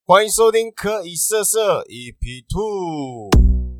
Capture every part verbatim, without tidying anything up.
欢迎收听可以色色 E P 二。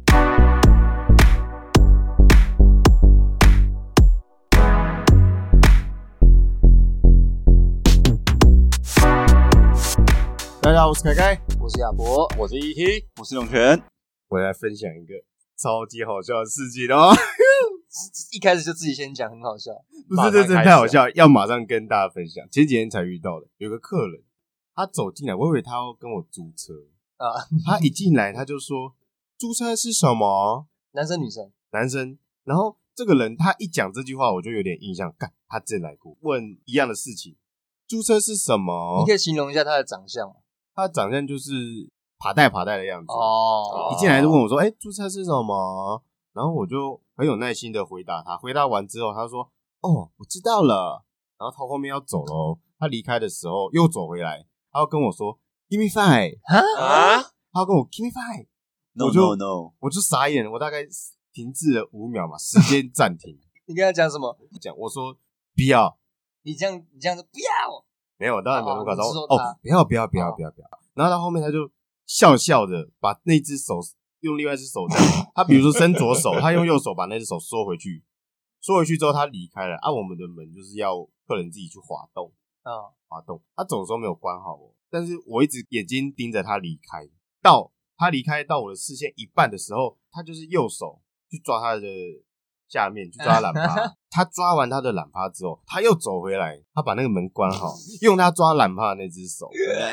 大家好，我是凯凯， 我是亚博， 我是 E T， 我是永泉。 我来分享一个超级好笑的事情哦。 一开始就自己先讲，很好笑。 不是，这真的太好笑，要马上跟大家分享。前几天才遇到的，有个客人，他走进来，我以为他要跟我租车啊。他一进来，他就说：“租车是什么？” 男生女生？ 男生。然后这个人他一讲这句话，我就有点印象，干，他之前来过，问一样的事情。租车是什么？ 你可以形容一下他的长相吗？ 他的长相就是爬带爬带的样子。 哦。 一进来就问我说：“哎、欸，租车是什么？”然后我就很有耐心的回答他。回答完之后，他说：“哦，我知道了。”然后他后面要走咯，他离开的时候又走回来，他要跟我说 "Give me five" 啊，他要跟我 "Give me five"， 我就 no, no, no. 我就傻眼了，我大概停滞了五秒嘛，时间暂停。 你跟他讲什么？ 讲我说不要， 你这样你这样子不要， 没有，当然没有搞到哦， 哦，不要不要不要不要不要。然后到后面他就笑笑的把那只手用另外一只手这样，他比如说伸左手，他用右手把那只手缩回去，缩回去之后他离开了啊。我们的门就是要客人自己去滑动啊，滑动。他走的时候没有关好哦，但是我一直眼睛盯着他离开，到他离开到我的视线一半的时候，他就是右手去抓他的下面，去抓他懒趴。他抓完他的懒趴之后，他又走回来，他把那个门关好，用他抓懒趴的那只手。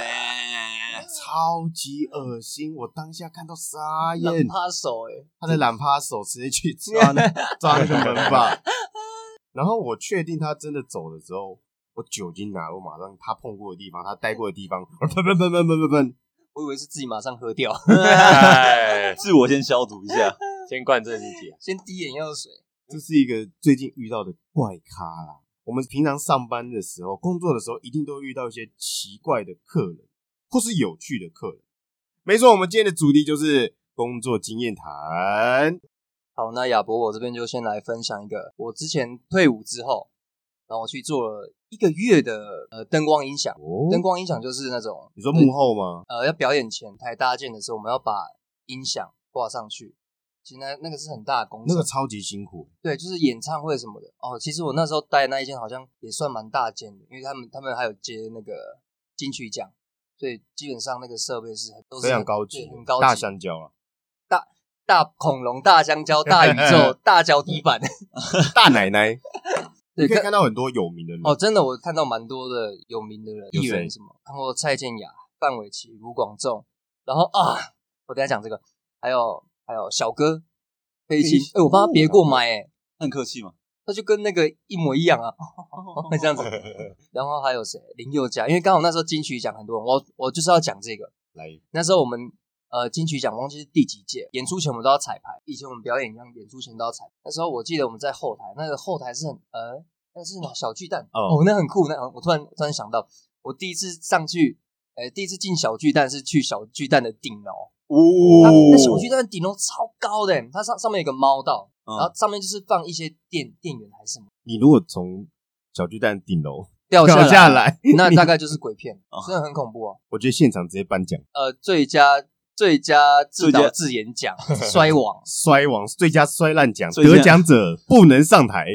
超级恶心！我当下看到傻眼， 懒趴手哎、欸， 他的懒趴手直接去抓那抓那个门把，然后我确定他真的走了之后，我酒精拿，我马上他碰过的地方，他待过的地方，喷喷喷喷喷喷喷， 我以为是自己马上喝掉， 自我先消毒一下， 先灌这自己， 先滴眼药水。 这是一个最近遇到的怪咖啦。我们平常上班的时候、工作的时候，一定都会遇到一些奇怪的客人。或是有趣的客人，没错，我们今天的主题就是工作经验谈。 好，那亚博我这边就先来分享一个，我之前退伍之后，然后我去做了一个月的呃灯光音响。哦，灯光音响就是那种你说幕后吗？ 呃，要表演前台搭建的时候，我们要把音响挂上去。其实那那个是很大的工程， 那个超级辛苦。 对，就是演唱会什么的。哦，其实我那时候待的那一间好像也算蛮大间的，因为他们他们还有接那个金曲奖。所以基本上那个设备是都是非常高级， 很高级， 大香蕉啊， 大大恐龙、大香蕉、大宇宙、大脚底板、 大奶奶，你可以看到很多有名的人哦，真的，我看到蛮多的有名的人，艺人什么，看过蔡健雅、范玮琪、卢广仲，然后啊，我等一下讲这个，还有还有小哥飞行，哎、欸，我帮他别过麦，哎， 很客气嘛。 他就跟那个一模一样啊，这样子。然后还有谁？林宥嘉，因为刚好那时候金曲奖很多人，我我就是要讲这个。 来， 那时候我们呃金曲奖忘记是第几届，演出前我们都要彩排。以前我们表演一样，演出前都要彩排。那时候我记得我们在后台，那个后台是很呃，那是小巨蛋哦，那很酷。那我突然突然想到，我第一次上去，呃，第一次进小巨蛋是去小巨蛋的顶楼。哦，那小巨蛋的顶楼超高的，它上上面有个猫道。然后上面就是放一些电电源还是什么。 你如果从小巨蛋顶楼掉下来， 下来那大概就是鬼片，真的很恐怖啊！ 我觉得现场直接颁奖， 呃，最佳最佳自导自演奖，摔网摔网最佳摔烂奖，得奖者不能上台，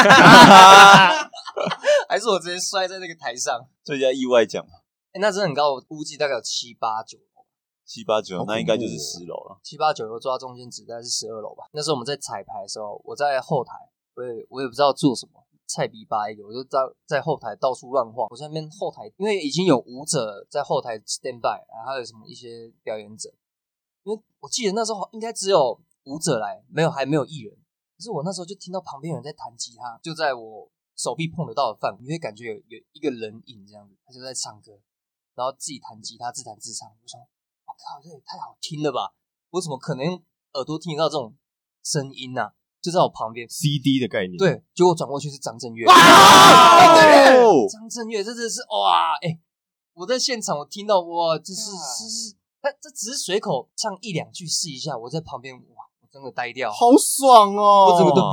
还是我直接摔在那个台上？ 最佳意外奖， 欸，那真的很高，我估计大概有七八九。 七八九，那应该就是十楼了。 七八九又抓中间值，大概是十二楼吧。那时候我们在彩排的时候，我在后台，我也我也不知道做什么，菜逼八一个，我就在在后台到处乱晃。我在那边后台，因为已经有舞者在后台 stand by，还有什么一些表演者。因为我记得那时候应该只有舞者来，没有还没有艺人。可是我那时候就听到旁边有人在弹吉他，就在我手臂碰得到的范围，你会感觉有有一个人影这样子，他就在唱歌，然后自己弹吉他，自弹自唱。我想。我靠，这也太好听了吧！我怎么可能用耳朵听得到这种声音啊？就在我旁边 ，C D 的概念。 对，结果转过去是张震岳。 哇！ 张震岳，这真的是哇！哎、欸，我在现场我听到哇，这是这是他这只是随口唱一两句试一下，我在旁边哇，我真的呆掉， 好爽哦！ 我整个都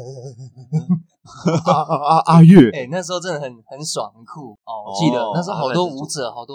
阿阿阿阿岳， 哎、欸，那时候真的很很爽很酷哦！我记得、哦、那时候好多舞者，好多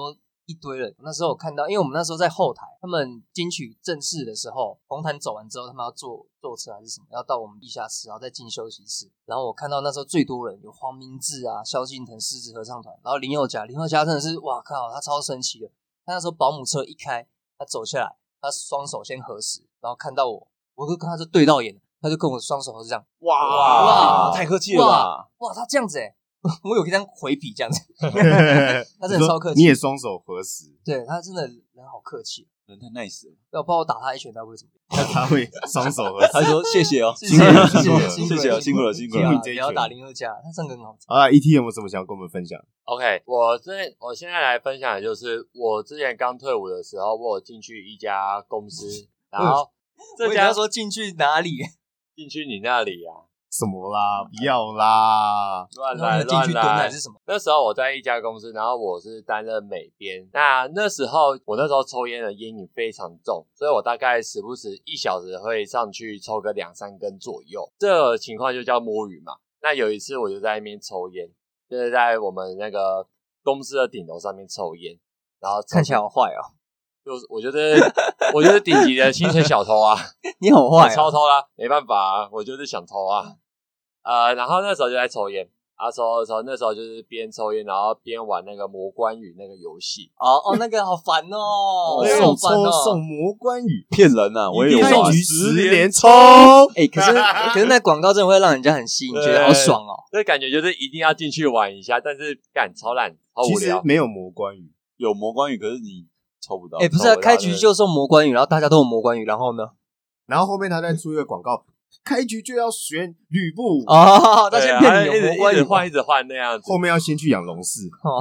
一堆人。那时候我看到，因为我们那时候在后台，他们金曲正式的时候，红毯走完之后，他们要坐坐车还是什么，要到我们地下室，然后再进休息室。然后我看到那时候最多人有黄明志啊、萧敬腾狮子合唱团，然后林宥嘉，林宥嘉真的是哇靠，他超神奇的。他那时候保姆车一开，他走下来，他双手先合十，然后看到我，我就跟他就对到眼，他就跟我双手合十这样， 哇，太客气了吧！ 哇，他这样子哎、欸。我有这样回笔这样子，他真的超客气。 你也双手合十， 对他真的人好客气， 人太 nice 了。 要不然我打他一拳，他会怎么样？ 他会双手合十。 他说谢谢哦， 辛苦了，辛苦了， 谢谢哦，辛苦了，辛苦了。 不要打零二加，他真的很好。 啊 ，E T 有没有什么想跟我们分享 ？OK， 我这我现在来分享的就是我之前刚退伍的时候，我有进去一家公司，然后这家说进去哪里？ 进去你那里啊。 什么啦？不要啦！ 乱来乱来还是什么？ 那时候我在一家公司，然后我是担任美编。那那时候我那时候抽烟的烟瘾非常重，所以我大概时不时一小时会上去抽个两三根左右。这个情况就叫摸鱼嘛。那有一次我就在那边抽烟，就是在我们那个公司的顶楼上面抽烟，然后看起来好坏哦。 就是我觉得我就是顶级的薪水小偷啊。 你好坏、啊、 超偷啦，没办法啊，我就是想偷啊。呃，然后那时候就在抽烟，啊抽抽，那时候就是边抽烟，然后边玩那个魔关羽那个游戏。 哦哦，那个好烦哦， 送抽送魔关羽， 骗人啊！我也有玩十连抽。 哎，可是可是那广告真的会让人家很吸引，觉得好爽哦。 这感觉就是一定要进去玩一下，但是干超烂，超无聊。 其实没有魔关羽， 有魔关羽，可是你抽不到。 哎，不是啊，开局就送魔关羽，然后大家都有魔关羽，然后呢？ 然后后面他再出一个广告。开局就要选吕布哦，他先骗你有魔关羽， 一直换一直换那样子。 后面要先去养龙氏， 哦、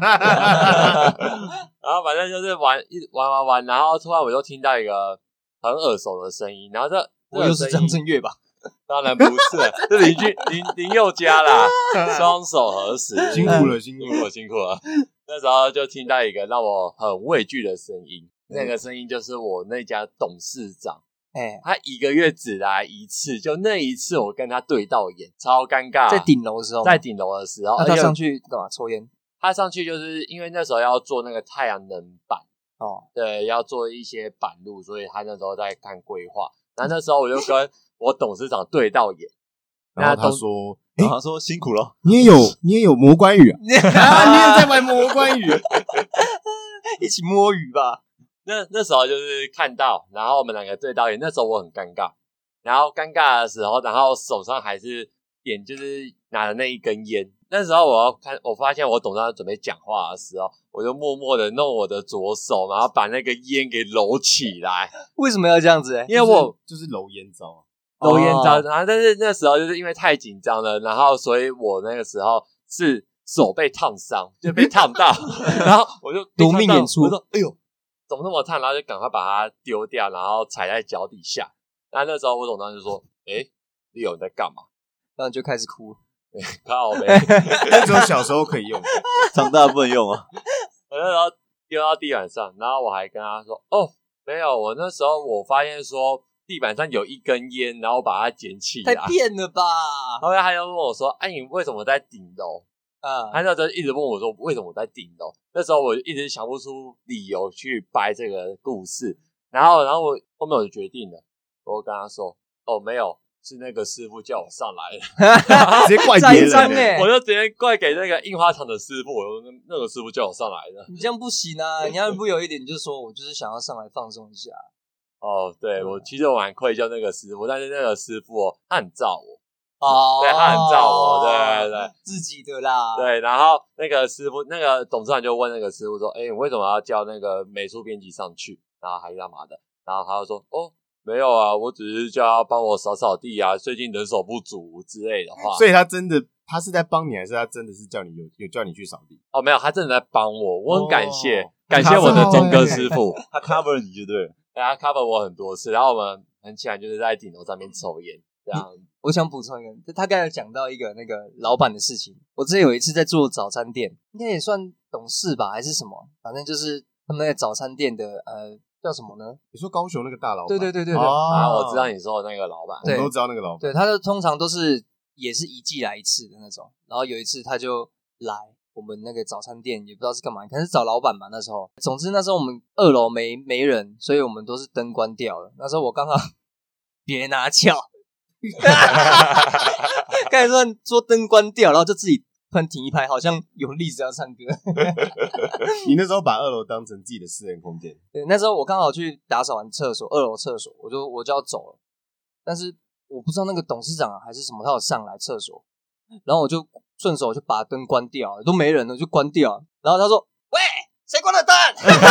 然后反正就是玩一玩玩玩，然后突然我就听到一个很耳熟的声音，然后这我又是张震岳吧？ 当然不是，是邻居林林宥嘉啦，双手合十， 辛苦了，辛苦了，辛苦了。那时候就听到一个让我很畏惧的声音，那个声音就是我那家董事长。 欸、 他一个月只来一次，就那一次我跟他对到眼，超尴尬。 在顶楼的时候， 在顶楼的时候， 那他上去干嘛？抽烟？ 他上去就是因为那时候要做那个太阳能板哦， 对，要做一些板路，所以他那时候在看规划。然后那时候我就跟我董事长对到眼， 然后他说：“ 欸、然后他说辛苦了， 你也有你也有魔关羽啊，啊你也在玩魔关羽， 一起摸鱼吧。” 那那时候就是看到，然后我们两个对到眼，那时候我很尴尬，然后尴尬的时候，然后手上还是点就是拿着那一根烟。那时候我要看，我发现我董事长准备讲话的时候，我就默默的弄我的左手，然后把那个烟给揉起来。 为什么要这样子、欸？ 因为我就是揉烟招， 揉烟招。然后但是那时候就是因为太紧张了，然后所以我那个时候是手被烫伤，就被烫到，然后我就夺命演出， 我说：“哎呦。”怎么那么烫？然后就赶快把它丢掉，然后踩在脚底下。然后那时候我董事长就说：“哎 ，Leo 你在干嘛？” 然后就开始哭。 靠北， 那只有小时候可以用， 长大不能用啊。 我那时候丢到地板上，然后我还跟他说：“哦，没有，我那时候我发现说地板上有一根烟，然后我把它捡起来。” 太骗了吧！ 后来他又问我说：“哎、啊，你为什么在顶楼？” 啊， 他那时候一直问我说为什么我在顶楼，那时候我就一直想不出理由去掰这个故事，然后然后我后面我就决定了，我跟他说哦没有，是那个师傅叫我上来的， 直接怪别人、欸， 我就直接怪给那个印花厂的师傅，我说那个师傅叫我上来的， 你这样不行啊，你要不有一点就是说我就是想要上来放松一下。 哦，对，我其实我蛮愧疚那个师傅，但是那个师傅哦，他很罩我。 哦， 对，他很罩我，对对对， 自己的啦。 对，然后那个师傅，那个董事长就问那个师傅说：“哎，你为什么要叫那个美术编辑上去？然后还干嘛的？”然后他就说：“哦，没有啊，我只是叫他帮我扫扫地啊，最近人手不足之类的话。” 所以他真的，他是在帮你，还是他真的是叫你有有叫你去扫地？ 哦，没有，他真的在帮我，我很感谢，哦、感谢我的钟哥师傅， 他 cover 你就对了， 对，他 cover 我很多次，然后我们很起来就是在顶楼上面抽烟。这样， 我想补充一个，他刚才讲到一个那个老板的事情。我之前有一次在做早餐店，应该也算董事吧，还是什么，反正就是他们那个早餐店的呃叫什么呢？ 你说高雄那个大老板？ 对对对对对， 哦、 啊，我知道你说的那个老板， 我都知道那个老板。 对，他的通常都是也是一季来一次的那种，然后有一次他就来， 我们那个早餐店，也不知道是干嘛，可能是找老板吧那时候。总之那时候我们二楼没没人，所以我们都是灯关掉了。那时候我刚好别拿翘，刚才说说灯关掉，然后就自己突然停一拍，好像有例子要唱歌。 你那时候把二楼当成自己的私人空间。 对，那时候我刚好去打扫完厕所，二楼厕所，我就我就要走了，但是我不知道那个董事长啊还是什么，他有上来厕所，然后我就顺手就把灯关掉了，都没人了就关掉了，然后他说：“喂，谁关了灯？”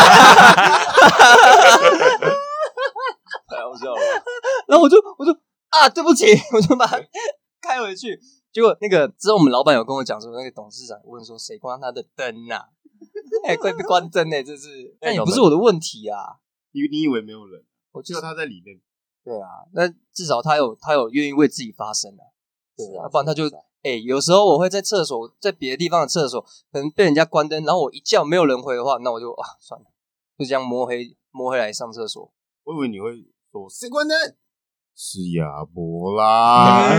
太好笑了。 然后我就我就啊，对不起，我就把它开回去。结果那个之后，我们老板有跟我讲说，那个董事长问说谁关他的灯啊？哎、欸，快被关灯哎、欸，这是那也不是我的问题啊。 你你以为没有人？ 我只有他在里面。 对啊，那至少他有他有愿意为自己发声啊。对啊，要不然他就哎、欸，有时候我会在厕所，在别的地方的厕所，可能被人家关灯，然后我一叫没有人回的话，那我就啊算了，就这样摸黑摸黑来上厕所。 我以为你会说谁关灯？是亚伯啦，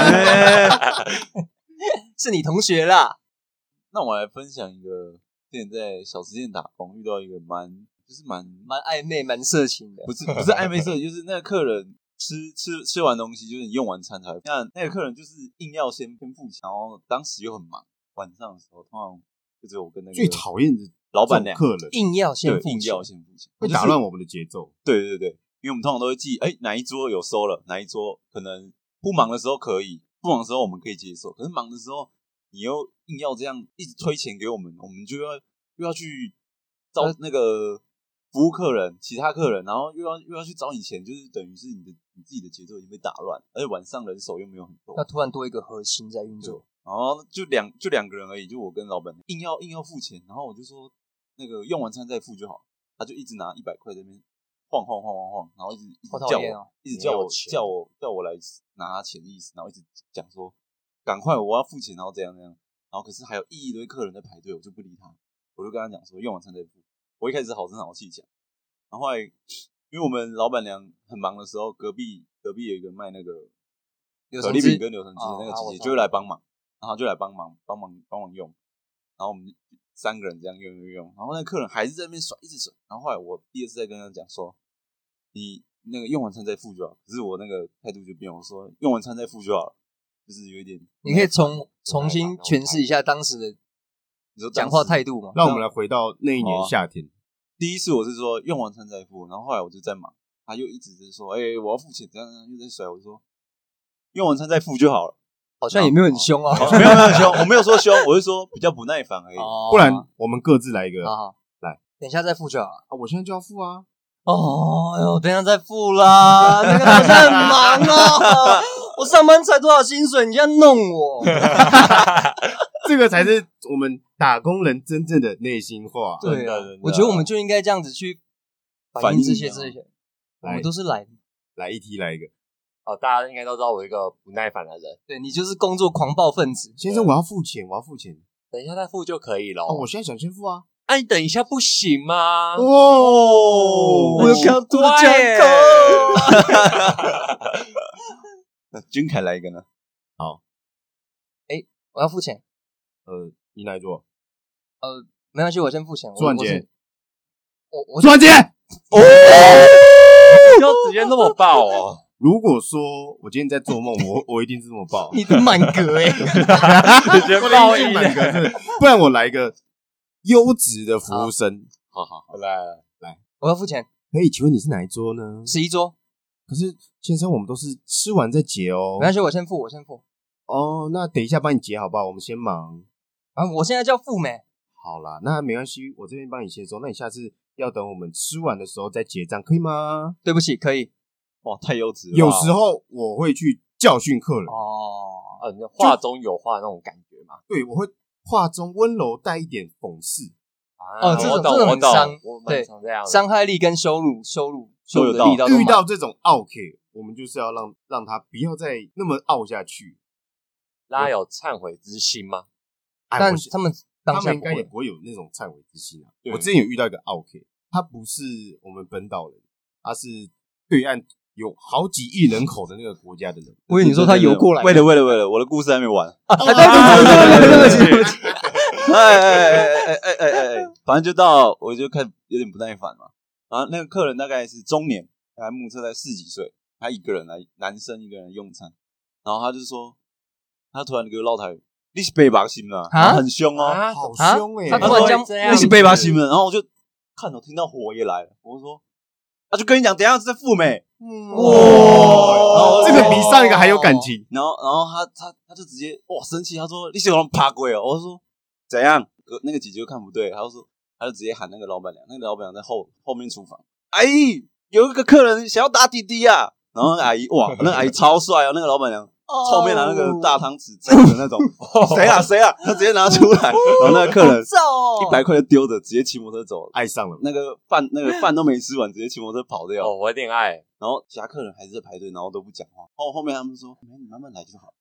是你同学啦。 那我来分享一个，之前在小吃店打工遇到一个蛮就是蛮蛮暧昧、蛮色情的， 不是不是暧昧色情，就是那个客人吃吃吃完东西，就是你用完餐才会。那那个客人就是硬要先先付钱，然后当时又很忙，晚上的时候通常就只有我跟那个最讨厌的老板娘客人硬要先付钱， 硬要先付钱， 会打乱我们的节奏。 对对对，因为我们通常都会记，哎，哪一桌有收了，哪一桌可能不忙的时候可以，不忙的时候我们可以接受，可是忙的时候你又硬要这样一直推钱给我们，我们就要又要去找那个服务客人、其他客人，然后又要又要去找你钱，就是等于是你的你自己的节奏已经被打乱，而且晚上人手又没有很多， 那突然多一个核心在运作， 然后就两就两个人而已，就我跟老板硬要硬要付钱，然后我就说那个用完餐再付就好，他就一直拿一百块在那边晃晃晃晃晃，然后一直一直叫我， 哦、 一直叫我叫我叫我来拿钱的意思，然后一直讲说赶快我要付钱，然后这样这样，然后可是还有一堆客人在排队，我就不理他，我就跟他讲说用完餐再付。我一开始好声好气讲，然后后来因为我们老板娘很忙的时候，隔壁隔壁有一个卖那个可丽饼跟柳橙汁的那个姐姐就会来帮忙，然后就来帮忙帮忙帮忙用，然后我们三个人这样用用用，然后那个客人还是在那边甩一直甩，然后后来我第二次再跟他讲说，你那个用完餐再付就好，可是我那个态度就变，我说用完餐再付就好了，就是有一点， 你可以重重新诠释一下当时的你说讲话态度嘛？ 让我们来回到那一年夏天。 第一次我是说用完餐再付，然后后来我就在忙，他又一直是说，哎、欸，我要付钱，这样又在甩，我说用完餐再付就好了， 好像也没有很凶啊， 没有没有很凶，我没有说凶，我是说比较不耐烦而已。 哦、 不然我们各自来一个， 好好来， 等一下再付就好了。 啊，我现在就要付啊。 哦哟，等一下再付啦，那个好像很忙哦。我上班才多少薪水，你这样弄我， 这个才是我们打工人真正的内心话。 对啊，我觉得我们就应该这样子去反映这些这些，我们都是来来一题来一个。 哦，大家应该都知道我一个不耐烦的人， 对你就是工作狂暴分子。 先生，我要付钱，我要付钱。 等一下再付就可以了。 哦，我现在想先付啊。 啊，你等一下不行吗？ 哦， 我要多讲那君凯来一个呢？ 好， 哎、欸，我要付钱。 呃，你哪一桌？ 呃，没关系，我先付钱。 朱婉杰， 我我朱婉杰， 哦，要直接那么爆哦！ 如果说我今天在做梦，我我一定是这么爆。 你的满格哎、欸， 直接爆音满格是，不然我来一个优质的服务生。 好好好， 来来， 我要付钱。 可以，请问你是哪一桌呢？ 十一桌。 可是先生，我们都是吃完再结哦。 没关系，我先付，我先付。 哦，那等一下帮你结好不好？我们先忙。 啊，我现在就要付没？ 好啦，那没关系，我这边帮你结收。那你下次要等我们吃完的时候再结账，可以吗？ 对不起，可以。 哇，太优质了。 有时候我会去教训客人。 哦， 呃，你话中有话那种感觉嘛？ 对，我会话中温柔带一点讽刺。 哦，这种这种很伤，对，伤害力跟羞辱、羞辱、羞辱的力道。 遇到这种傲 K， 我们就是要让让他不要再那么傲下去。 让他有忏悔之心吗？ 哎、 但他们他们应该也不会有那种忏悔之心啊。我之前有遇到一个傲 K， 他不是我们本岛人，他是对岸有好几亿人口的那个国家的人。 我以为你说他游过来， 为了为了为了，我的故事还没完。 啊，对对对对对对对对。 哎哎哎哎哎哎哎哎，反正就到我就看有点不耐烦嘛。然后那个客人大概是中年，还目测在四几岁，他一个人来，男生一个人来用餐。然后他就说，他突然给我唠台语，你是北巴心啊， 啊很凶哦， 啊好啊凶哎、 他突然这样你是北巴心的。然后我就看我听到火也来了，我就说，他、啊、就跟你讲，等一下再付没。 哇，这个比上一个还有感情。 然后，然后他他他就直接哇生气，他说你喜欢爬鬼哦。我说怎样？那个姐姐就看不对，他就说他就直接喊那个老板娘，那个老板娘在后后面厨房，阿姨有一个客人想要打滴滴啊。然后那个阿姨哇，那个阿姨超帅哦，那个老板娘后面拿那个大汤匙盛的那种，谁啊谁啊，他直接拿出来，然后那个客人一百块就丢着，直接骑摩托车走了， 爱上了。 那个饭那个饭都没吃完，直接骑摩托车跑掉。 哦，我恋爱， 然后其他客人还是在排队，然后都不讲话。后后面他们说：“没，你慢慢来就好。”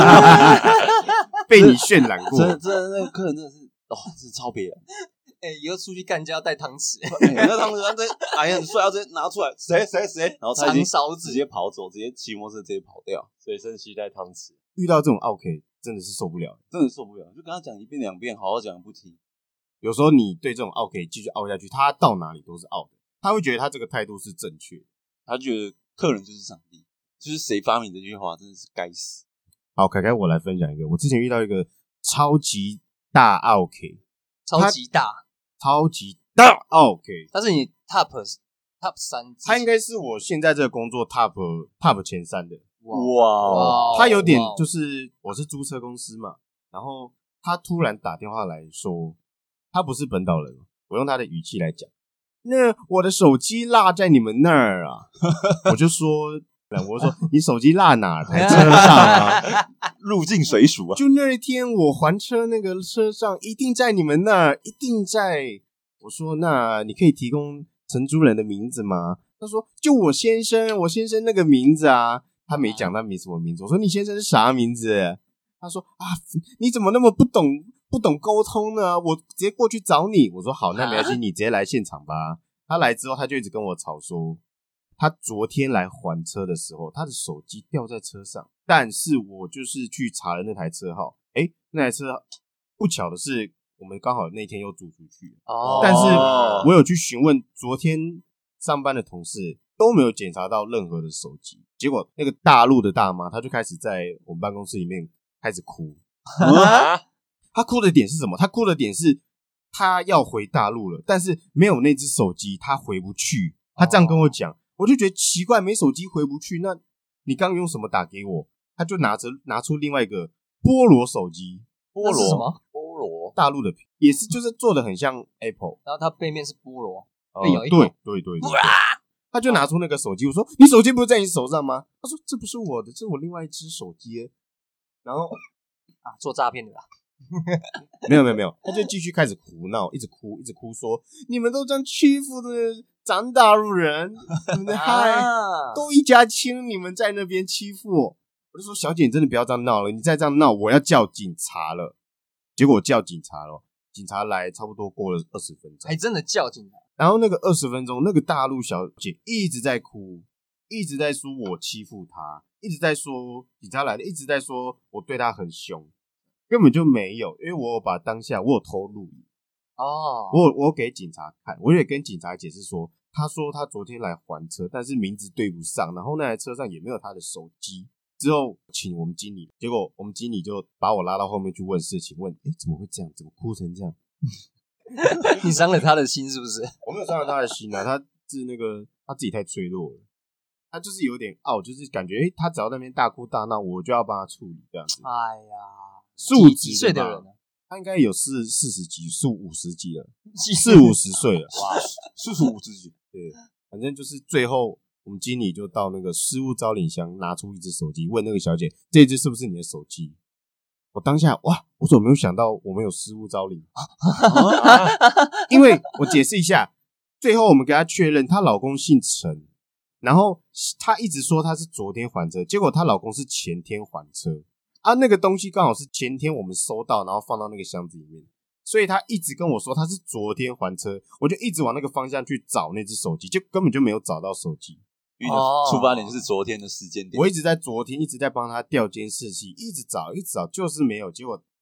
被你渲染过， 真的，真的那个客人真的是哦，真是超别人。 哎、欸，以后出去干就要带汤匙， 欸、那汤匙他直接哎呀很帅，他直接拿出来，谁谁谁，然后他已经勺子直接跑走，直接骑摩托车直接跑掉， 随身携带汤匙。 遇到这种 OK 真的是受不了， 真的受不了，就跟他讲一遍两遍，好好讲不听。 有时候你对这种 OK 继续傲下去，他到哪里都是傲的，他会觉得他这个态度是正确的， 他觉得客人就是上帝，就是谁发明这句话真的是该死。 好，凯凯，我来分享一个，我之前遇到一个超级大 OK， 超级大。 超级大 OK， 但是你 top top 三， 他应该是我现在这个工作 top top 前三的。 哇，哇他有点就是我是租车公司嘛，然后他突然打电话来说，他不是本岛人，我用他的语气来讲，那我的手机落在你们那儿啊，我就说。我说你手机落哪台车上啊？ 入境水属啊！ 就那一天我还车那个车上一定在你们那儿，一定在。我说那你可以提供承租人的名字吗？他说就我先生，我先生那个名字啊。他没讲他没什么名字。我说你先生是啥名字？他说啊，你怎么那么不懂不懂沟通呢？我直接过去找你。我说好，那没关系，你直接来现场吧。他来之后，他就一直跟我吵说。他昨天来还车的时候，他的手机掉在车上，但是我就是去查了那台车号，诶，那台车不巧的是，我们刚好那天又租出去， 哦， 但是我有去询问昨天上班的同事，都没有检查到任何的手机，结果那个大陆的大妈，她就开始在我们办公室里面开始哭，她哭的点是什么？她哭的点是她要回大陆了，但是没有那只手机，她回不去，她这样跟我讲。我就觉得奇怪，没手机回不去，那你刚用什么打给我？他就拿着拿出另外一个菠萝手机， 菠萝什么？ 菠萝， 大陆的也是，就是做的很像 Apple， 然后它背面是菠萝， 呃、 被咬一口， 对对对对，他就拿出那个手机，我说你手机不是在你手上吗？他说这不是我的，这是我另外一只手机。然后啊，做诈骗的啦。 没有没有没有，他就继续开始胡闹，一直哭一直哭说你们都这样欺负的咱大陆人，你们嗨、啊、都一家亲，你们在那边欺负我。我就说小姐你真的不要这样闹了，你再这样闹我要叫警察了。结果我叫警察了，警察来差不多过了二十分钟， 还真的叫警察。 然后那个二十分钟那个大陆小姐一直在哭，一直在说我欺负她，一直在说警察来了，一直在说我对她很凶。根本就没有，因为我有把当下我有偷录影哦， 我有我有给警察看，我也跟警察解释说，他说他昨天来还车，但是名字对不上，然后那台车上也没有他的手机。之后请我们经理，结果我们经理就把我拉到后面去问事情，问诶怎么会这样，怎么哭成这样？ 你伤了他的心是不是？ 我没有伤了他的心啊，他是那个他自己太脆弱了。他就是有点傲，就是感觉诶他只要在那边大哭大闹，我就要帮他处理这样子。 哎呀。 数几岁的人呢？ 他应该有四四十几，四五十几了，四五十岁了。 哇，四十五十几。 对，反正就是最后我们经理就到那个失物招领箱，拿出一只手机，问那个小姐：“这只是不是你的手机？”我当下哇，我怎么没有想到我们有失物招领？因为我解释一下，最后我们给她确认，她老公姓陈，然后她一直说她是昨天还车，结果她老公是前天还车。啊，那个东西刚好是前天我们收到，然后放到那个箱子里面，所以他一直跟我说他是昨天还车，我就一直往那个方向去找那只手机，就根本就没有找到手机。 因为出发点就是昨天的时间点， 我一直在昨天一直在帮他调监视器，一直找一直找，就是没有。结果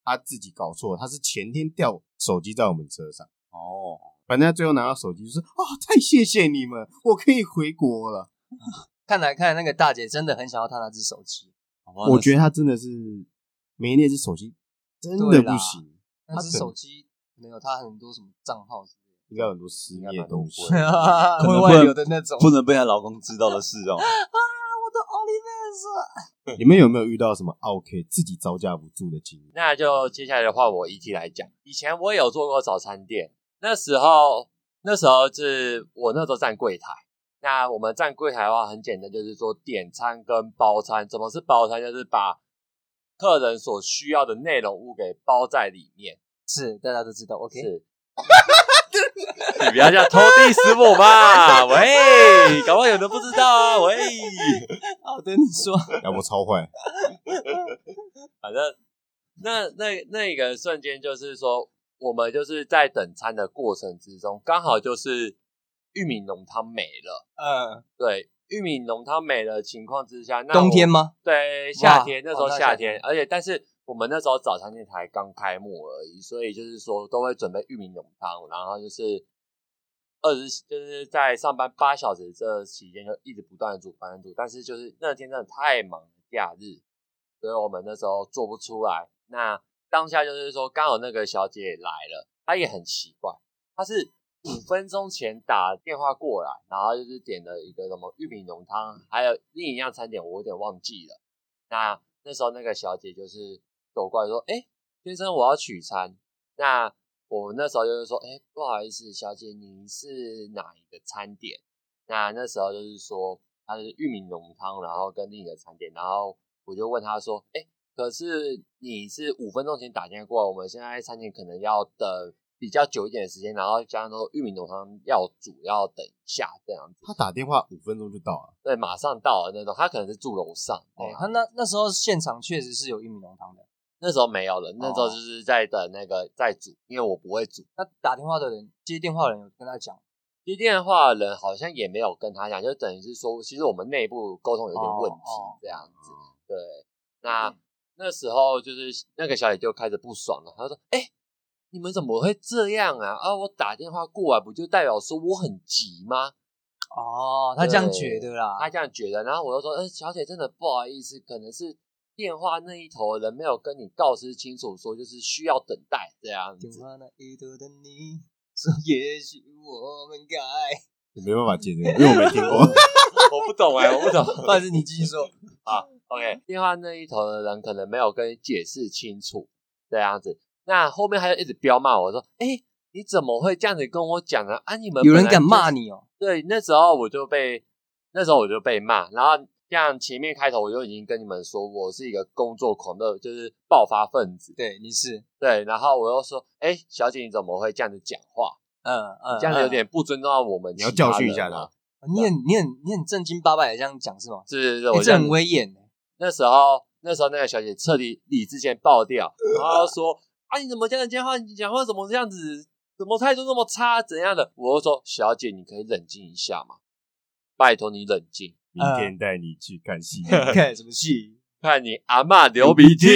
他自己搞错，他是前天掉手机在我们车上。 哦， 反正他最后拿到手机就说：“哦，太谢谢你们，我可以回国了。” 看来看来那个大姐真的很想要她那只手机。 我觉得他真的是没那只手机真的不行。 那只手机没有他很多什么账号之类的， 应该有很多私密的东西， 会外流的那种， 不能被她老公知道的事哦。 啊，我的 OnlyFans。 你们有没有遇到什么 OK 自己招架不住的经历？ 那就接下来的话，我一起来讲。以前我也有做过早餐店，那时候那时候是我那时候站柜台。那我们站柜台的话，很简单，就是说点餐跟包餐。怎么是包餐？就是把客人所需要的内容物给包在里面。 是，大家都知道 ，OK。 是，你不要这样偷地死我嘛！喂，搞不好有人不知道啊！喂， 好的，你说， 要不超坏。 反正那那那个瞬间就是说，我们就是在等餐的过程之中，刚好就是玉米浓汤没了。 嗯， 对，玉米浓汤没了的情况之下，那冬天吗？ 对，夏天，那时候哦夏天，而且但是我们那时候早餐店才刚开幕而已，所以就是说都会准备玉米浓汤，然后就是二十就是在上班八小时这期间就一直不断的煮，不断地煮，但是就是那天真的太忙了，假日，所以我们那时候做不出来。那当下就是说，刚好那个小姐来了，她也很奇怪，她是五分钟前打电话过来，然后就是点了一个什么玉米浓汤，还有另一样餐点我有点忘记了。那那时候那个小姐就是走过来说：“哎，先生，我要取餐。”那我那时候就是说：“哎，不好意思，小姐，你是哪一个餐点？”那那时候就是说她是玉米浓汤，然后跟另一个餐点，然后我就问她说：“哎，可是你是五分钟前打电话过来，我们现在餐点可能要等比较久一点的时间，然后加上说玉米浓汤要煮要等一下这样子。” 他打电话五分钟就到了， 对，马上到了那种。他可能是住楼上， 哦，他那那时候现场确实是有玉米浓汤的， 那时候没有了，那时候就是在等那个在煮，因为我不会煮。 那打电话的人接电话的人有跟他讲， 接电话的人好像也没有跟他讲，就等于是说，其实我们内部沟通有点问题这样子。 哦、 对，那、嗯、那时候就是那个小姐就开始不爽了，她说：“哎、欸，你们怎么会这样啊？啊，我打电话过来不就代表说我很急吗？” 哦，他这样觉得啦， 他这样觉得。然后我就说：“呃，小姐，真的不好意思，可能是电话那一头的人没有跟你告知清楚，说就是需要等待这样子。” 电话那一头的你说：“也许我们该……” 你没办法接这个，因为我没听过， 我不懂哎、欸，我不懂。 不然是你继续说。 好 ，OK， 电话那一头的人可能没有跟你解释清楚这样子。那后面他就一直飙骂我说：“哎、欸，你怎么会这样子跟我讲呢？啊，你们有人敢骂你哦？” 对，那时候我就被那时候我就被骂，然后像前面开头我就已经跟你们说我是一个工作狂热，就是爆发分子。 对，你是对，然后我又说：“哎、欸，小姐你怎么会这样子讲话？ 嗯嗯， 这样子有点不尊重到我们， 你要教训一下他。 你很你很你很正经八百的这样讲是吗？ 是是是，我欸、这很威严。 那时候那时候那个小姐彻底理智线爆掉，然后说。啊！你怎么这样讲话？你讲话怎么这样子？怎么态度那么差？怎样的？我就说，小姐，你可以冷静一下嘛，拜托你冷静。 明天带你去看戏， 看什么戏？ 看你阿嬷流鼻涕。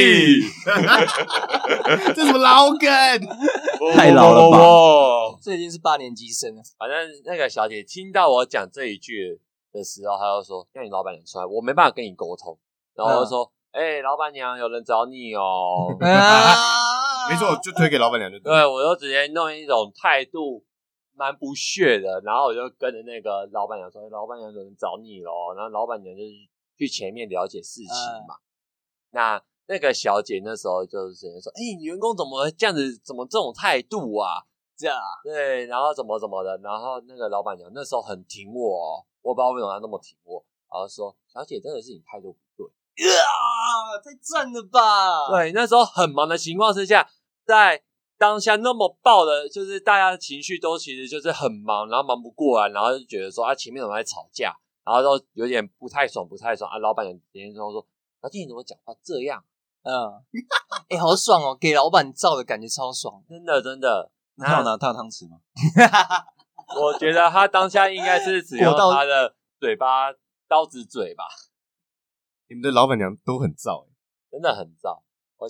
这什么老梗？ 太老了吧？这已经是八年级生了。 反正那个小姐听到我讲这一句的时候，她就说：“让你老板娘出来，我没办法跟你沟通。”然后我就说：“哎、嗯欸，老板娘，有人找你哦。” 没错，就推给老板娘就对。 对，我就直接弄一种态度蛮不屑的，然后我就跟着那个老板娘说：“老板娘有人找你咯。”然后老板娘就去前面了解事情嘛。嗯、那那个小姐那时候就是直接说：“哎、欸，你员工怎么这样子？怎么这种态度啊？” 这样对，然后怎么怎么的，然后那个老板娘那时候很挺我、哦，我不知道为什么她那么挺我，然后说：“小姐真的是你态度不对。” 啊，太赞了吧！ 对，那时候很忙的情况之下，在当下那么爆的，就是大家的情绪都其实就是很忙，然后忙不过来，然后就觉得说啊，前面怎么在吵架，然后都有点不太爽，不太爽啊。老板娘今天说说，老弟你怎么讲话这样？ 嗯，哎、欸，好爽哦，给老板照的感觉超爽， 真的真的。 他有拿他的汤匙吗？ 我觉得他当下应该是只用他的嘴巴刀子嘴吧。 你们的老板娘都很燥、欸、 真的很燥。我想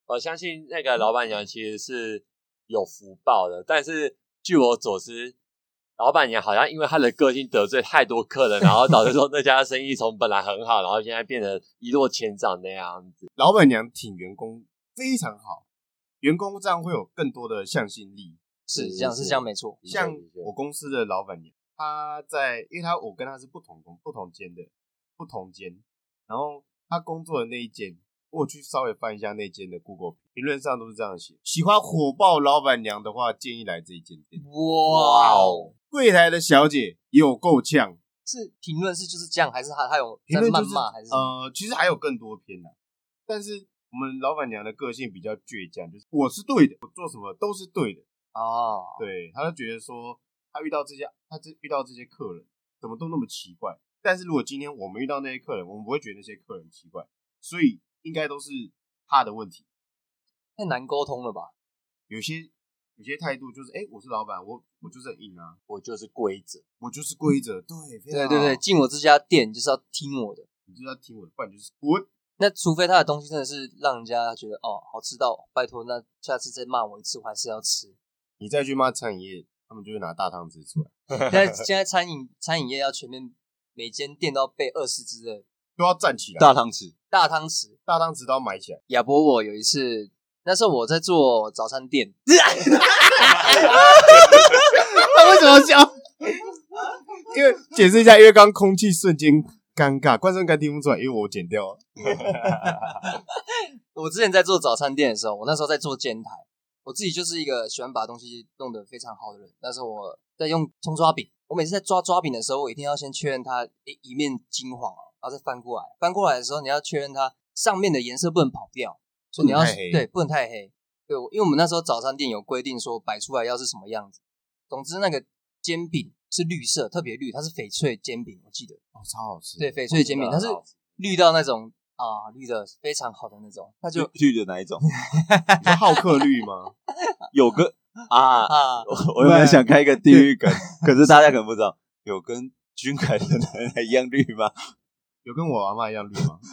我相信那个老板娘其实是有福报的，但是据我所知，老板娘好像因为她的个性得罪太多客人，然后导致说那家生意从本来很好，然后现在变得一落千丈那样子。 老板娘挺员工非常好，员工这样会有更多的向心力。 是这样，是这样没错。 像我公司的老板娘，她在，因为她我跟她是不同工不同间的不同间，然后她工作的那一间，我去稍微翻一下那间的 Google 评论上都是这样写：喜欢火爆老板娘的话，建议来这一间店。 哇哦， 柜台的小姐有够呛。 是评论是就是这样，还是他他有在评论就是谩骂，还是什么？ 呃，其实还有更多篇呢、啊，但是我们老板娘的个性比较倔强，就是我是对的，我做什么都是对的。 哦， 对，他就觉得说，他遇到这些，他这遇到这些客人，怎么都那么奇怪。但是如果今天我们遇到那些客人，我们不会觉得那些客人奇怪，所以应该都是他的问题。 太难沟通了吧？ 有些有些态度就是，哎、欸，我是老板，我我就是很硬啊， 我就是规则， 我就是规则，对， 对对对，进我这家店就是要听我的， 你就是要听我的，不然就是滚。 那除非他的东西真的是让人家觉得哦好吃到，拜托，那下次再骂我一次，我还是要吃。 你再去骂餐饮业，他们就会拿大汤匙出来。 现在现在餐饮餐饮业要全面，每间店都要备二十只的， 都要站起来。 大汤匙， 大汤匙， 大汤匙都要买起来。 亚伯我有一次，那时候我在做早餐店， 他为什么笑？因为解释一下，因为刚刚空气瞬间尴尬，观众刚听不出来，因为我剪掉了。 我之前在做早餐店的时候，我那时候在做煎台。我自己就是一个喜欢把东西弄得非常好的人，但是我在用葱抓饼，我每次在抓抓饼的时候，我一定要先确认它一面金黄，然后再翻过来，翻过来的时候你要确认它上面的颜色不能跑掉，所以你要对不能太黑，对，因为我们那时候早餐店有规定说摆出来要是什么样子，总之那个煎饼是绿色，特别绿，它是翡翠煎饼，我记得哦，超好吃， 对，翡翠煎饼，它是绿到那种。啊，绿的非常好的那种，那就绿的哪一种？ 你说浩克绿吗？ 有个啊啊，我我原本想开一个地狱梗，可是大家可能不知道，有跟君凯的奶奶一样绿吗？ 有跟我阿嬷一样绿吗？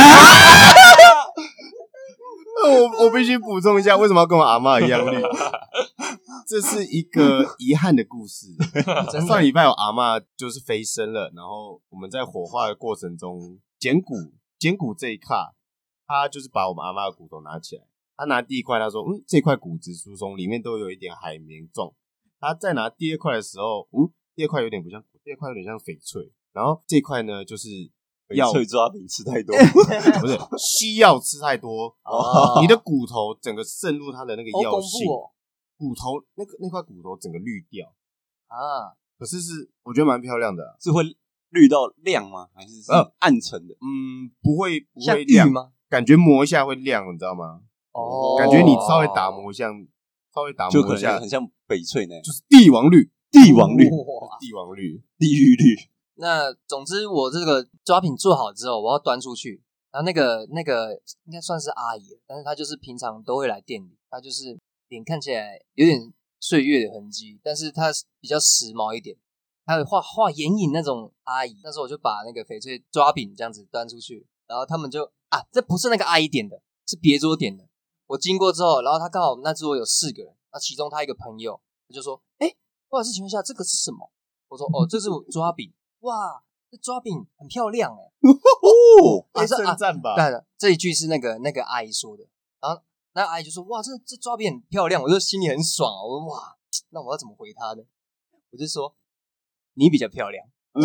我我必须补充一下，为什么要跟我阿嬷一样绿？这是一个遗憾的故事。上礼拜我阿嬷就是飞升了，然后我们在火化的过程中捡骨。捡骨这一卡，他就是把我们阿嬷的骨头拿起来，他拿第一块，他说：“嗯，这块骨质疏松，里面都有一点海绵状。”他再拿第二块的时候，嗯，第二块有点不像，第二块有点像翡翠，然后这块呢就是翡翠抓饼吃太多， 不是西药吃太多，哦、你的骨头整个渗入它的那个药性， 哦、 骨头那个那块骨头整个绿掉啊， 可是是我觉得蛮漂亮的、啊， 是会。绿到亮吗？还是是暗沉的？ 嗯，不会，不会亮吗？ 感觉磨一下会亮，你知道吗？ 哦， 感觉你稍微打磨一下，稍微打磨一下， 就很像翡翠那样， 就是帝王绿， 帝王绿， 帝王绿， 地狱绿。 那总之，我这个抓饼做好之后，我要端出去。然后那个那个应该算是阿姨，但是她就是平常都会来店里，她就是脸看起来有点岁月的痕迹，但是她比较时髦一点。还有画画眼影那种阿姨，那时候我就把那个翡翠抓饼这样子端出去，然后他们就啊，这不是那个阿姨点的，是别桌点的。我经过之后，然后他刚好那桌有四个人，那其中他一个朋友，他就说：“哎，不好意思，请问一下，这个是什么？”我说：“哦，这是抓饼。”哇，这抓饼很漂亮哎、欸！ 哦，被称赞吧？ 对的，这一句是那个那个阿姨说的。然后那个阿姨就说：“哇，这这抓饼很漂亮。”我就心里很爽、啊、我说：“哇，那我要怎么回他呢？”我就说。你比较漂亮，那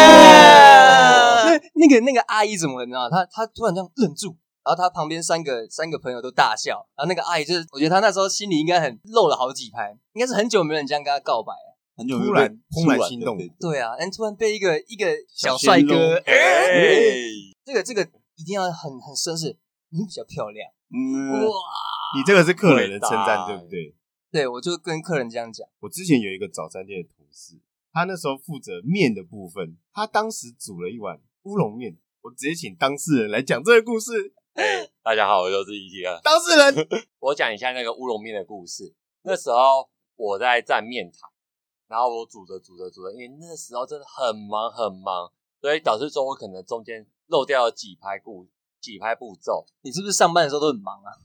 那个那个阿姨怎么了？你知道吗？她她突然这样愣住，然后她旁边三个三个朋友都大笑，然后那个阿姨就是，我觉得她那时候心里应该很漏了好几拍，应该是很久没有人这样跟她告白了， 很久突然怦然心动， 对啊，然后突然被一个一个小帅哥，哎、欸，这个这个一定要很很绅士，你比较漂亮， 嗯， 哇， 你这个是客人的称赞，对不对？ 对，我就跟客人这样讲。 我之前有一个早餐店的同事。他那时候负责面的部分，他当时煮了一碗乌龙面，我直接请当事人来讲这个故事。 欸、大家好，我就是一体啊。 当事人， 我讲一下那个乌龙面的故事。那时候我在站面台，然后我煮着煮着煮着，因为那时候真的很忙很忙，所以导致说我可能中间漏掉了几拍步几拍步骤。 你是不是上班的时候都很忙啊？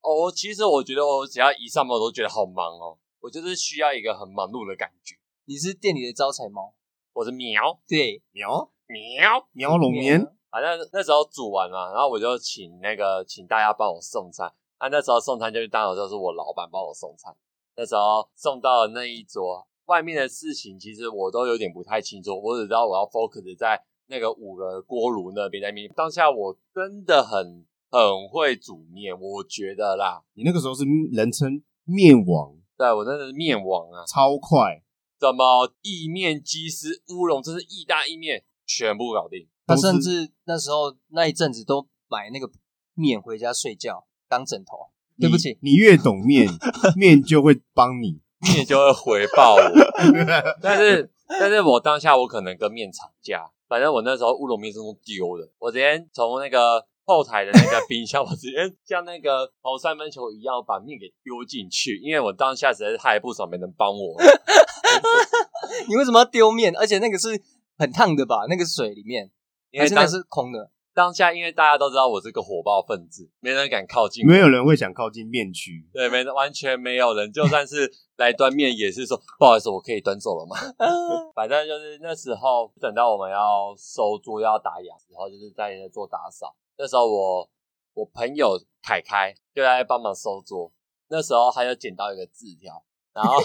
哦，其实我觉得我只要一上班，我都觉得好忙哦。我就是需要一个很忙碌的感觉。 你是店里的招财猫， 我是喵对， 苗喵苗龙面， 反正那时候煮完嘛，然后我就请那个请大家帮我送餐。啊，那时候送餐就是当然就是我老板帮我送餐。那时候送到了那一桌，外面的事情其实我都有点不太清楚，我只知道我要 focus 在那个五个锅炉那边在面。当下我真的很很会煮面，我觉得啦。 你那个时候是人称面王， 对，我真的是面王啊， 超快。 什么意面、鸡丝、乌龙，这是意大意面，全部搞定。 他甚至那时候那一阵子都买那个面回家睡觉当枕头。对不起， 你越懂面，面就会帮你， 面就会回报我。但是，但是我当下我可能跟面吵架，反正我那时候乌龙面是用丢的，我直接从那个后台的那个冰箱，我直接像那个投三分球一样把面给丢进去，因为我当下实在是太不爽，没人帮我。 你为什么要丢面？而且那个是很烫的吧？那个水里面， 因为还是那是空的。 当下因为大家都知道我是个火爆分子，没人敢靠近我， 没有人会想靠近面区。 对，没完全没有人，就算是来端面也是说不好意思，我可以端走了吗？反正就是那时候等到我们要收桌要打烊，然后就是在那做打扫。那时候我我朋友凯凯就在帮忙收桌，那时候他就捡到一个字条，然后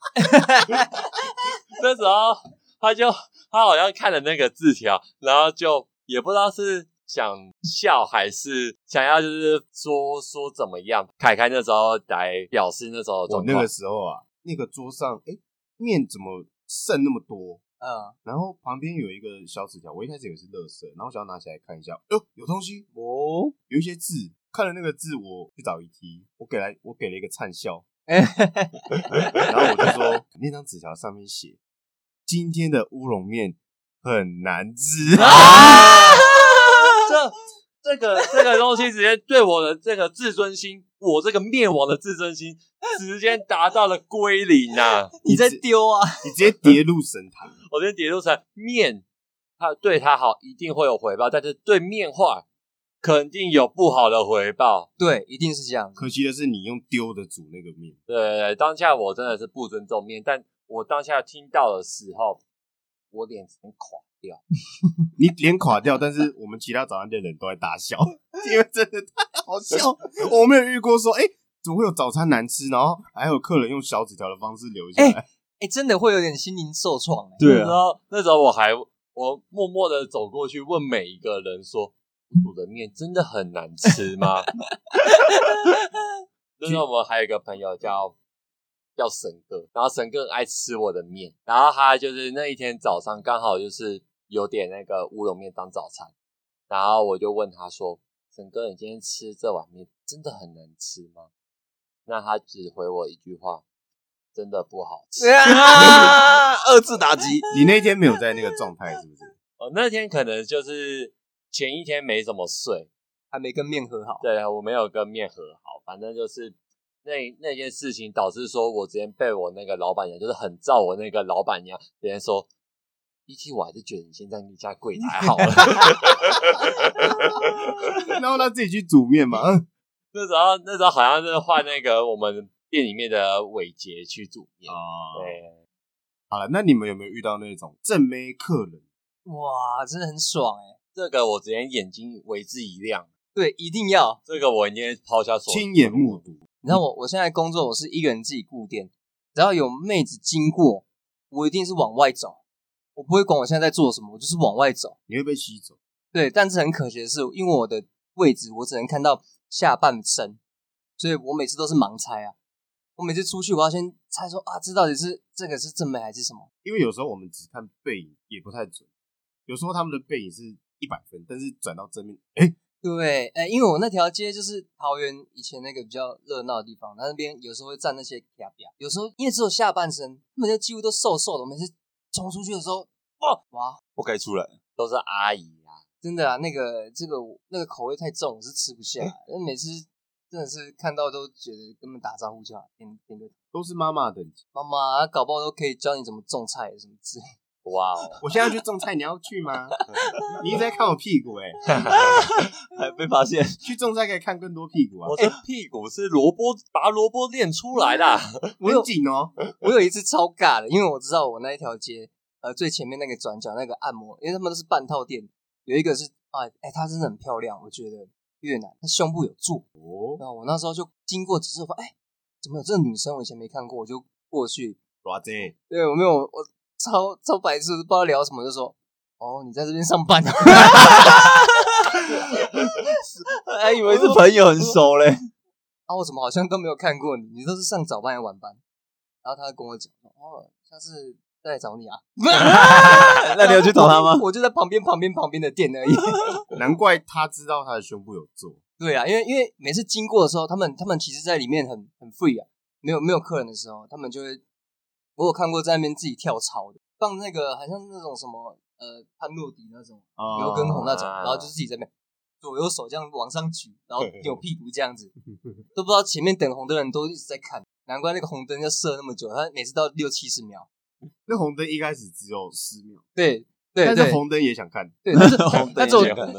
那时候他就他好像看了那个字条，然后就也不知道是想笑还是想要就是说说怎么样。凯凯那时候来表示那时候的状况， 我那个时候啊，那个桌上哎面怎么剩那么多？ 嗯， 然后旁边有一个小纸条，我一开始以为是垃圾，然后我想要拿起来看一下，哟，有东西哦，有一些字，看了那个字，我去找 E T， 我给来我给了一个灿笑，然后我就说那张纸条上面写今天的乌龙面很难吃。 这这个这个东西直接对我的这个自尊心，我这个面王的自尊心直接达到了归零啊！ 你在丢啊！ 你直接跌入神坛。 我直接跌入成面，他对他好一定会有回报，但是对面坏肯定有不好的回报。 对，一定是这样。 可惜的是你用丢的煮那个面。 对对对，当下我真的是不尊重面，但我当下听到的时候，我脸直接垮掉。 你脸垮掉，但是我们其他早餐店的人都在大笑，因为真的太好笑。我没有遇过说，哎、欸，怎么会有早餐难吃，然后还有客人用小纸条的方式留下来。 哎、欸欸，真的会有点心灵受创、欸。 对啊，然后那时候我还我默默的走过去问每一个人说：“我煮的面真的很难吃吗？”那时候我们还有一个朋友叫叫神哥，然后神哥很爱吃我的面，然后他就是那一天早上刚好就是有点那个乌龙面当早餐，然后我就问他说：“神哥，你今天吃这碗面真的很难吃吗？”那他只回我一句话：“真的不好吃。 啊”二次打击。 你那天没有在那个状态是不是？ 我那天可能就是前一天没怎么睡， 还没跟面和好。 对，我没有跟面和好，反正就是那那件事情导致说我直接被我那个老板娘，就是很照我那个老板娘，直接说：“E T， 我还是觉得你先在那家柜台好了。” 然后他自己去煮面嘛。嗯， 那时候那时候好像是换那个我们店里面的伟杰去煮面。 哦， 对， 好了，那你们有没有遇到那种正妹客人？ 哇，真的很爽哎、欸！ 这个我直接眼睛为之一亮。 对，一定要这个我一定抛下手， 亲眼目睹。 你知道我我现在工作，我是一个人自己顾店，只要有妹子经过，我一定是往外走，我不会管我现在在做什么，我就是往外走。 你会被吸走。 对，但是很可惜的是，因为我的位置我只能看到下半身，所以我每次都是盲猜啊。我每次出去，我要先猜说啊，这到底是这个是正妹还是什么？ 因为有时候我们只看背影也不太准，有时候他们的背影是一百分，但是转到正面，哎、欸， 对，哎、欸，因为我那条街就是桃园以前那个比较热闹的地方，那边有时候会站那些啪啪，有时候因为只有下半身，他们就几乎都瘦瘦的。我每次冲出去的时候，哇哇， 我该出来， 都是阿姨啊， 真的啊，那个这个那个口味太重，我是吃不下来。欸、每次真的是看到都觉得跟他们打招呼就好，点点个头。 都是妈妈等级。 妈妈，搞不好都可以教你怎么种菜什么之类。 哇哦！ 我现在要去种菜，你要去吗？你一直在看我屁股哎、欸， 还被发现。 去种菜可以看更多屁股啊！ 我的屁股是萝卜，拔萝卜练出来的、啊。 我很紧哦。 我有一次超尬的，因为我知道我那一条街，呃，最前面那个转角那个按摩，因为他们都是半套店，有一个是啊，哎、欸，她真的很漂亮，我觉得越南，她胸部有做哦。然后我那时候就经过几次，我发现，哎、欸，怎么有这个女生？我以前没看过，我就过去。 哇塞！ 对，我没有，我超超白痴，不知道聊什么，就说，哦，你在这边上班啊？ 还以为是朋友很熟嘞。 啊，我怎么好像都没有看过你？你都是上早班还是晚班？然后他跟我讲，哦，下次再来找你啊。 那你有去找他吗？ 我就在旁边旁边旁边的店而已。 难怪他知道他的胸部有做。 对啊，因为因为每次经过的时候，他们他们其实在里面很很 free 啊，没有没有客人的时候，他们就会，我有看过在那边自己跳操的，放那个好像那种什么呃潘洛迪那种刘畊宏那种，然后就自己在那边左右手这样往上举，然后扭屁股这样子，都不知道前面等红灯的人都一直在看，难怪那个红灯要设那么久，他每次到六七十秒。 那红灯一开始只有十秒， 对对对， 但是红灯也想看， 对，但是红灯那种也想看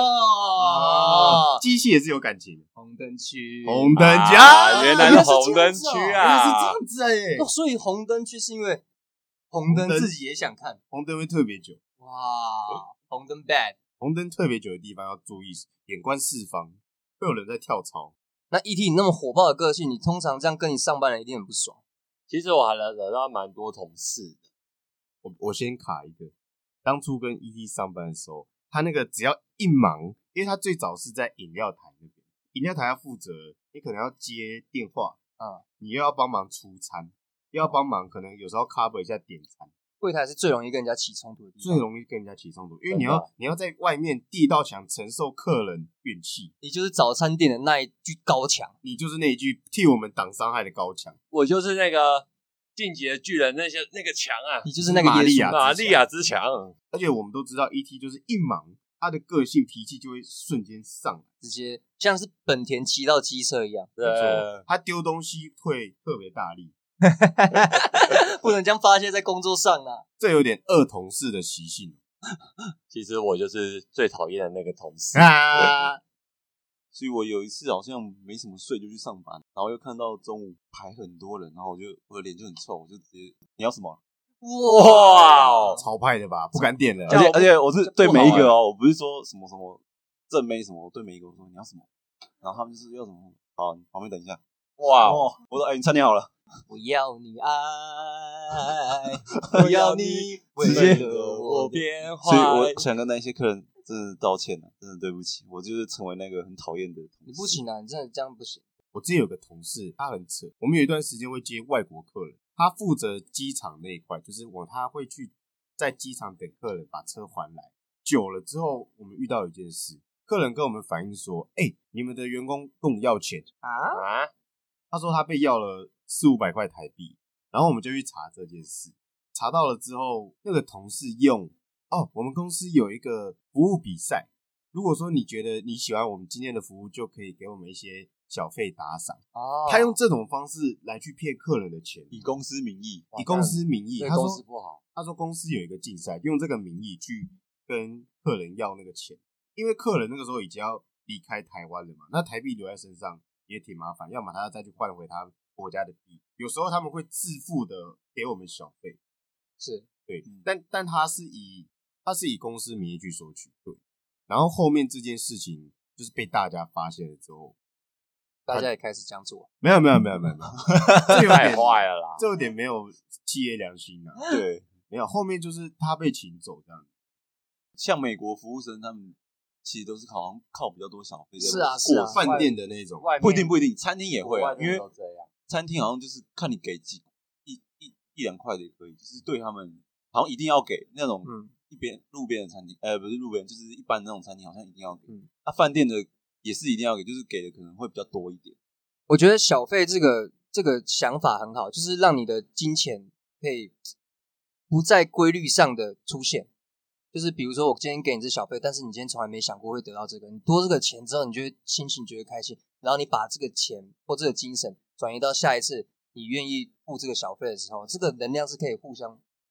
哦， 机器也是有感情的。 红灯区， 红灯区啊，原来是红灯区原来啊， 是这样子哎、 哦，所以红灯区是因为红灯自己也想看， 红灯会特别久。 哇，红灯 bad。 红灯特别久的地方要注意，眼观四方，会有人在跳槽。 那 E T 你那么火爆的个性，你通常这样跟你上班人一定很不爽。 其实我还惹惹到蛮多同事的。 我我先卡一个，当初跟 E T 上班的时候，他那个只要一忙，因为他最早是在饮料台那边，饮料台要负责，你可能要接电话啊、嗯，你又要帮忙出餐，又要帮忙可能有时候 cover 一下点餐。 柜台是最容易跟人家起冲突的地方， 最容易跟人家起冲突，因为你要你要在外面第一道墙承受客人怨气， 你就是早餐店的那一句高墙， 你就是那一句替我们挡伤害的高墙， 我就是那个进击的巨人那些那个墙啊， 你就是那个玛利亚玛利亚之墙。 而且我们都知道 E T 就是一忙，他的个性脾气就会瞬间上来， 直接像是本田骑到机车一样， 没错，他丢东西会特别大力。 不能这样发泄在工作上啊， 这有点恶同事的习性。 其实我就是最讨厌的那个同事啊， 所以我有一次好像没什么睡就去上班，然后又看到中午排很多人，然后我就我的脸就很臭，我就直接你要什么？ 哇， 超派的吧，不敢点了。 而且而且我是对每一个哦，我不是说什么什么正妹什么，我对每一个我说你要什么，然后他们就是要什么，好，你旁边等一下。哇，哦、我说哎、欸，你餐点好了。 不要你爱，不要你为了我变坏。 所以我想跟那些客人真的道歉了，真的对不起，我就是成为那个很讨厌的同事。 你不行啊，你真的这样不行。 我之前有个同事，他很扯，我们有一段时间会接外国客人，他负责机场那一块，就是我他会去在机场等客人把车还来。久了之后，我们遇到一件事，客人跟我们反映说：“哎、欸，你们的员工跟我们要钱啊啊！”他说他被要了四五百块台币，然后我们就去查这件事，查到了之后，那个同事用哦，我们公司有一个服务比赛，如果说你觉得你喜欢我们今天的服务，就可以给我们一些小费打赏。哦，他用这种方式来去骗客人的钱， 以公司名义， 以公司名义， 对公司不好。 他说公司有一个竞赛，用这个名义去跟客人要那个钱，因为客人那个时候已经要离开台湾了嘛，那台币留在身上也挺麻烦，要么他要再去换回他国家的币，有时候他们会自付的给我们小费， 是对，嗯、但但他是以他是以公司名义去收取，对，然后后面这件事情就是被大家发现了之后， 大家也开始这样做， 没有没有没有没有没有，这有点太坏了啦， 这有点没有企业良心啊， 对， 没有，后面就是他被请走这样子， 像美国服务生他们。其实都是好像靠比较多小费， 是啊是啊， 饭店的那种， 不一定不一定，餐厅也会啊，因为这样， 餐厅好像就是看你给几一一一两块的也可以，就是对他们好像一定要给那种一边路边的餐厅，呃，不是路边，就是一般那种餐厅好像一定要给，嗯，啊，饭店的也是一定要给，就是给的可能会比较多一点。 我觉得小费这个这个想法很好，就是让你的金钱可以不在规律上的出现。就是比如说我今天给你这小费，但是你今天从来没想过会得到这个，你多这个钱之后，你就会心情觉得开心，然后你把这个钱或这个精神转移到下一次你愿意付这个小费的时候，这个能量是可以互相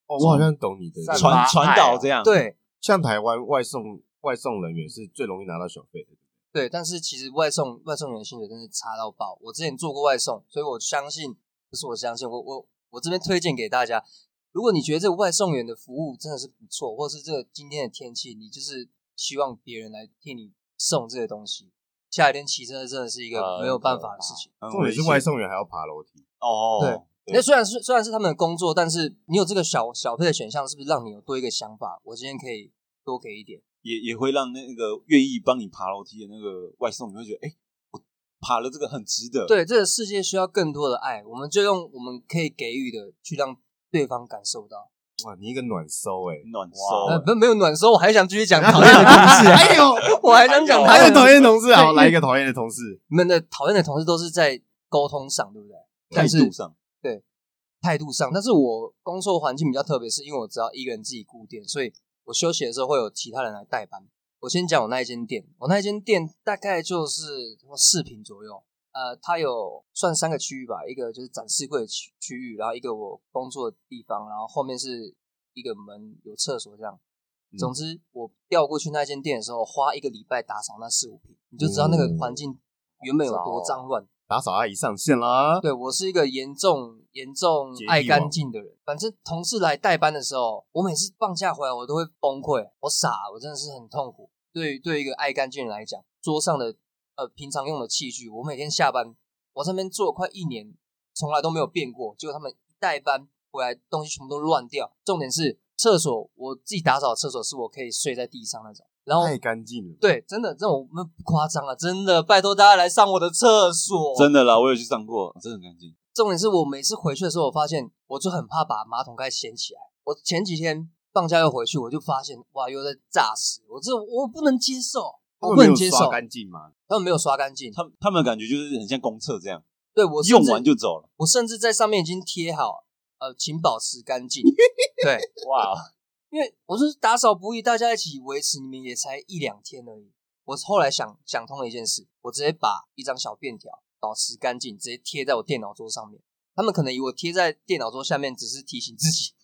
哦，我好像懂你的散传发传导这样。 对像台湾外送外送人员是最容易拿到小费的。 对，但是其实外送外送员薪水真是差到爆。我之前做过外送，所以我相信，不是我相信，我我我这边推荐给大家，如果你觉得这个外送员的服务真的是不错，或是这个今天的天气，你就是希望别人来替你送这些东西，下雨天骑车真的是一个没有办法的事情。 很重点是外送员还要爬楼梯。 哦， 对，那虽然是虽然是他们的工作，但是你有这个小小费的选项，是不是让你有多一个想法？我今天可以多给一点。 也也会让那个愿意帮你爬楼梯的那个外送，你会觉得，哎、欸，我爬了这个很值得。 对，这个世界需要更多的爱，我们就用我们可以给予的，去让对方感受到。 哇，你一个暖收哎、欸， 暖收、欸， 呃，没有暖收，我还想继续讲讨厌的同事。 哎呦， 我还想讲还有讨厌的同事，好，来一个讨厌的同事。 你们的讨厌的同事都是在沟通上，对不对？ 态度上， 对，态度上。但是我工作环境比较特别，是因为我只要一个人自己顾店，所以我休息的时候会有其他人来代班。我先讲我那一间店，我那一间店大概就是四坪左右，呃，它有算三个区域吧，一个就是展示柜的区区域，然后一个我工作的地方，然后后面是一个门有厕所这样。嗯、总之，我调过去那间店的时候，花一个礼拜打扫那四五坪，你就知道那个环境原本有多脏乱。 打扫阿姨上线啦！ 对，我是一个严重严重爱干净的人。反正同事来代班的时候，我每次放假回来我都会崩溃，我傻，我真的是很痛苦。对于对于一个爱干净人来讲，桌上的呃平常用的器具，我每天下班我在那边做了快一年，从来都没有变过。结果他们一代班回来，东西全部都乱掉。重点是厕所，我自己打扫的厕所是我可以睡在地上那种。然后太干净了， 对，真的，这种不夸张啊，真的，拜托大家来上我的厕所， 真的啦，我有去上过，真的很干净。 重点是我每次回去的时候，我发现我就很怕把马桶盖掀起来。我前几天放假又回去，我就发现哇，又在炸屎，我这我不能接受，我不能接受。 刷干净吗？ 他们没有刷干净， 他们他们的感觉就是很像公厕这样， 对我用完就走了。 我甚至在上面已经贴好，呃，请保持干净。对， 哇。 因为我是打扫不易，大家一起维持，你们也才一两天而已。我后来想想通了一件事，我直接把一张小便条保持干净，直接贴在我电脑桌上面。他们可能以为我贴在电脑桌下面只是提醒自己，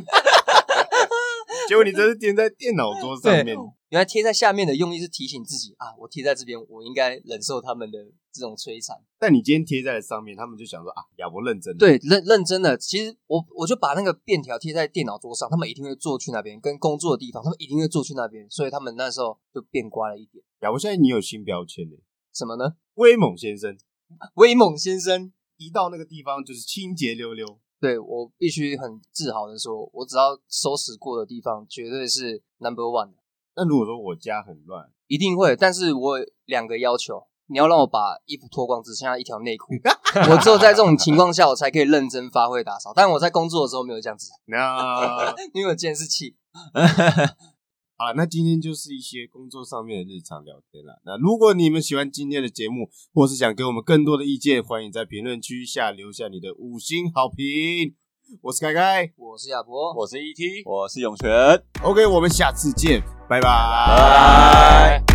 结果你这是贴在电脑桌上面。 原来贴在下面的用意是提醒自己啊，我贴在这边，我应该忍受他们的这种摧残。 但你今天贴在了上面，他们就想说啊，亚伯认真的。 对，认认真的。其实我我就把那个便条贴在电脑桌上，他们一定会坐去那边，跟工作的地方，他们一定会坐去那边，所以他们那时候就变乖了一点。 亚伯现在你有新标签了， 什么呢？ 威猛先生， 威猛先生， 一到那个地方就是清洁溜溜。 对，我必须很自豪的说，我只要收拾过的地方，绝对是 number one 的。 那如果说我家很乱， 一定会，但是我有两个要求，你要让我把衣服脱光，只剩下一条内裤。我只有在这种情况下，我才可以认真发挥打扫。但我在工作的时候没有这样子， 那因为有监视器。 好，那今天就是一些工作上面的日常聊天啦。那如果你们喜欢今天的节目，或是想给我们更多的意见，欢迎在评论区下留下你的五星好评。我是凯凯， 我是亚博， 我是 E T， 我是永泉。 OK， 我们下次见，拜拜。 拜拜。